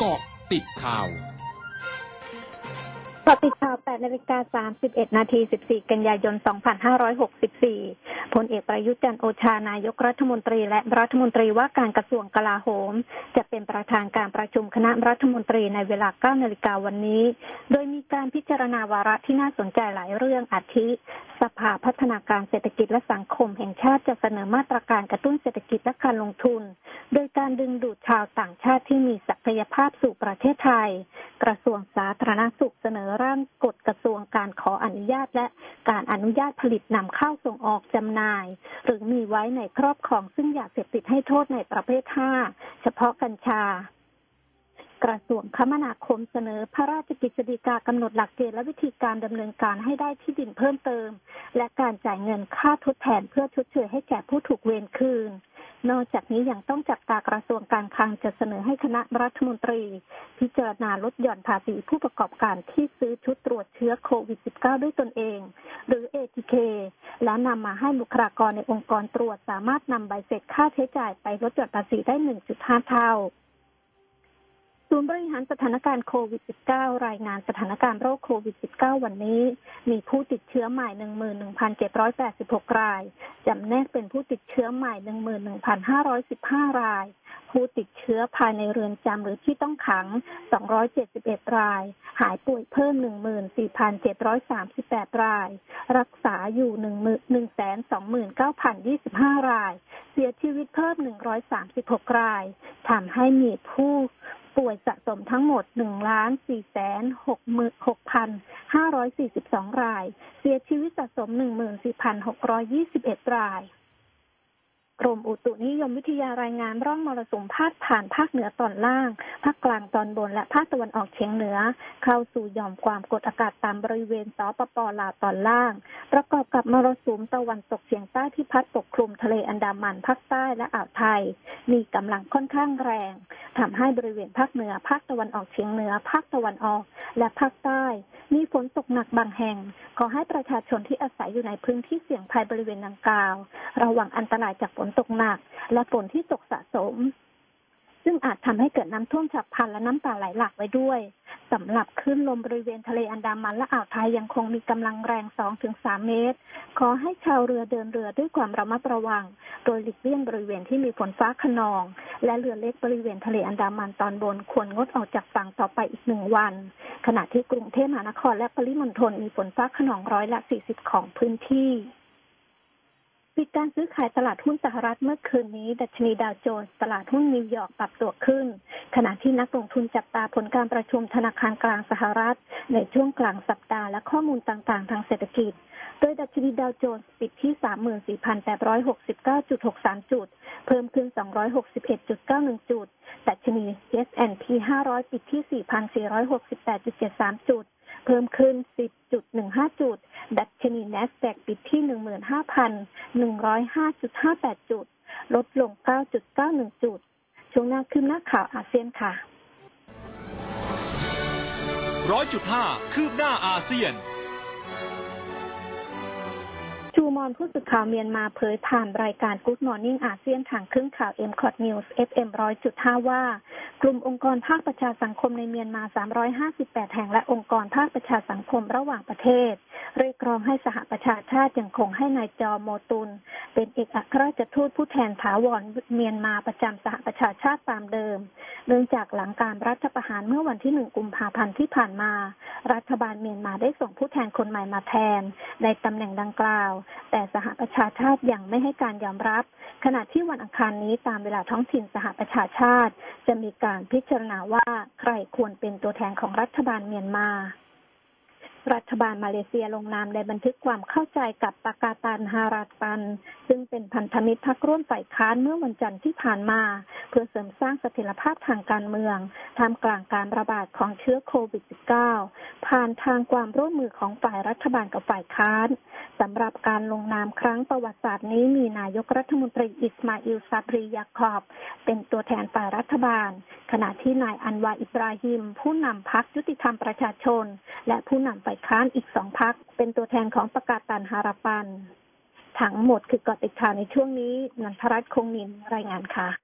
เกาะติดข่าวติดข่าว8:31 นาที 14 กันยายน 2564 พลเอกประยุทธ์ จันทร์โอชา นายกรัฐมนตรีและรัฐมนตรีว่าการกระทรวงกลาโหมจะเป็นประธานการประชุมคณะรัฐมนตรีในเวลา 9 นาฬิกาวันนี้ โดยมีการพิจารณาวาระที่น่าสนใจหลายเรื่องอาทิสภาพัฒนาการเศรษฐกิจและสังคมแห่งชาติจะเสนอมาตรการกระตุ้นเศรษฐกิจและการลงทุนโดยการดึงดูดชาวต่างชาติที่มีศักยภาพสู่ประเทศไทยกระทรวงสาธารณสุขเสนอร่างกฎกระทรวงการขออนุญาตและการอนุญาตผลิตนำเข้าส่งออกจำหน่ายหรือมีไว้ในครอบครองซึ่งยาเสพติดให้โทษในประเภท 5 เฉพาะกัญชากระทรวงคมนาคมเสนอพระราชกฤษฎีกากำหนดหลักเกณฑ์และวิธีการดำเนินการให้ได้ที่ดินเพิ่มเติมและการจ่ายเงินค่าทดแทนเพื่อชดเชยให้แก่ผู้ถูกเวรคืนนอกจากนี้ยังต้องจับตากระทรวงการคลังจะเสนอให้คณะรัฐมนตรีพิจารณาลดหย่อนภาษีผู้ประกอบการที่ซื้อชุดตรวจเชื้อโควิด -19 ด้วยตนเองหรือ ATK และนำมาให้บุคลากรในองค์กรตรวจสามารถนำใบเสร็จค่าใช้จ่ายไปลดหย่อนภาษีได้ 1.5 เท่าศูนย์บริหารสถานการณ์โควิด -19 รายงานสถานการณ์โรคโควิด -19 วันนี้มีผู้ติดเชื้อใหม่ 11,786 รายจำแนกเป็นผู้ติดเชื้อใหม่ 11,515 รายผู้ติดเชื้อภายในเรือนจำหรือที่ต้องขัง271รายหายป่วยเพิ่ม 14,738 รายรักษาอยู่ 129,025 รายเสียชีวิตเพิ่ม136รายทำให้มีผู้ป่วยสะสมทั้งหมด 1,466,542 รายเสียชีวิตสะสม 14,621 รายกรมอุตุนิยมวิทยารายงานร่องมรสุมพาดผ่านภาคเหนือตอนล่างภาคกลางตอนบนและภาคตะวันออกเฉียงเหนือเข้าสู่หย่อมความกดอากาศต่ำบริเวณสปป.ลาวตอนล่างประกอบกับมรสุมตะวันตกเฉียงใต้ที่พัดปกคลุมทะเลอันดามันภาคใต้และอ่าวไทยมีกำลังค่อนข้างแรงทำให้บริเวณภาคเหนือภาคตะวันออกเฉียงเหนือภาคตะวันออกและภาคใต้มีฝนตกหนักบางแห่งขอให้ประชาชนที่อาศัยอยู่ในพื้นที่เสี่ยงภัยบริเวณดังกล่าวระวังอันตรายจากฝนตกหนักและฝนที่ตกสะสมซึ่งอาจทำให้เกิดน้ำท่วมฉับพลันและน้ำป่าไหลหลากไว้ด้วยสำหรับคลื่นลมบริเวณทะเลอันดามันและอ่าวไทยยังคงมีกำลังแรง 2-3 เมตรขอให้ชาวเรือเดินเรือด้วยความระมัดระวังโดยหลีกเลี่ยงบริเวณที่มีฝนฟ้าคะนองและเรือเล็กบริเวณทะเลอันดามันตอนบนควรงดออกจากฝั่งต่อไปอีก1วันขณะที่กรุงเทพมหานครและปริมณฑลมีฝนฟ้าคะนอง40%ของพื้นที่ปิดการซื้อขายตลาดหุ้นสหรัฐเมื่อคืนนี้ดัชนีดาวโจนส์ตลาดหุ้นนิวยอร์กปรับตัวขึ้นขณะที่นักลงทุนจับตาผลการประชุมธนาคารกลางสหรัฐในช่วงกลางสัปดาห์และข้อมูลต่างๆทางเศรษฐกิจโดยดัชนีดาวโจนส์ปิดที่ 34,869.63 จุดเพิ่มขึ้น 261.91 จุดดัชนี S&P 500 ปิดที่ 4,468.73 จุดเพิ่มขึ้น 10.15 จุดดัชนี NASDAQ ปิดที่ 15,105.58 จุดลดลง 9.91 จุดช่วงหน้าคืบหน้าข่าวอาเซียนค่ะ 100.5 คืบหน้าอาเซียนชูมอนผู้สื่อข่าวเมียนมาเผยผ่านรายการ Good Morning อาเซียนทางคลื่นข่าว MCOT News FM 100.5 ว่ากลุ่มองค์กรภาคประชาสังคมในเมียนมา358แห่งและองค์กรภาคประชาสังคมระหว่างประเทศเรียกร้องให้สหประชาชาติยังคงให้นายจอโมตุนเป็นเอกอัครราชทูตผู้แทนถาวรเมียนมาประจำสหประชาชาติตามเดิมเนื่องจากหลังการรัฐประหารเมื่อวันที่1กุมภาพันธ์ที่ผ่านมารัฐบาลเมียนมาได้ส่งผู้แทนคนใหม่มาแทนในตำแหน่งดังกล่าวแต่สหประชาชาติยังไม่ให้การยอมรับขณะที่วันอังคารนี้ตามเวลาท้องถิ่นสหประชาชาติจะมีการพิจารณาว่าใครควรเป็นตัวแทนของรัฐบาลเมียนมารัฐบาลมาเลเซียลงนามในบันทึกความเข้าใจกับปากาตันฮาราตันซึ่งเป็นพันธมิตรพรรคร่วมฝ่ายค้านเมื่อวันจันทร์ที่ผ่านมาเพื่อเสริมสร้างเสถียรภาพทางการเมืองท่ามกลางการระบาดของเชื้อโควิด -19 ผ่านทางความร่วมมือของฝ่ายรัฐบาลกับฝ่ายค้านสำหรับการลงนามครั้งประวัติศาสตร์นี้มีนายกรัฐมนตรีอิสมาอิล ซับรียาคอบเป็นตัวแทนฝ่ายรัฐบาลขณะที่นายอันวาอิบราฮิมผู้นำพรรคยุติธรรมประชาชนและผู้นำฝ่ายค้านอีก2พรรคเป็นตัวแทนของปากาตันฮาราปันทั้งหมดคือเกาะติดข่าวในช่วงนี้นันทรัตน์ คงนินรายงานค่ะ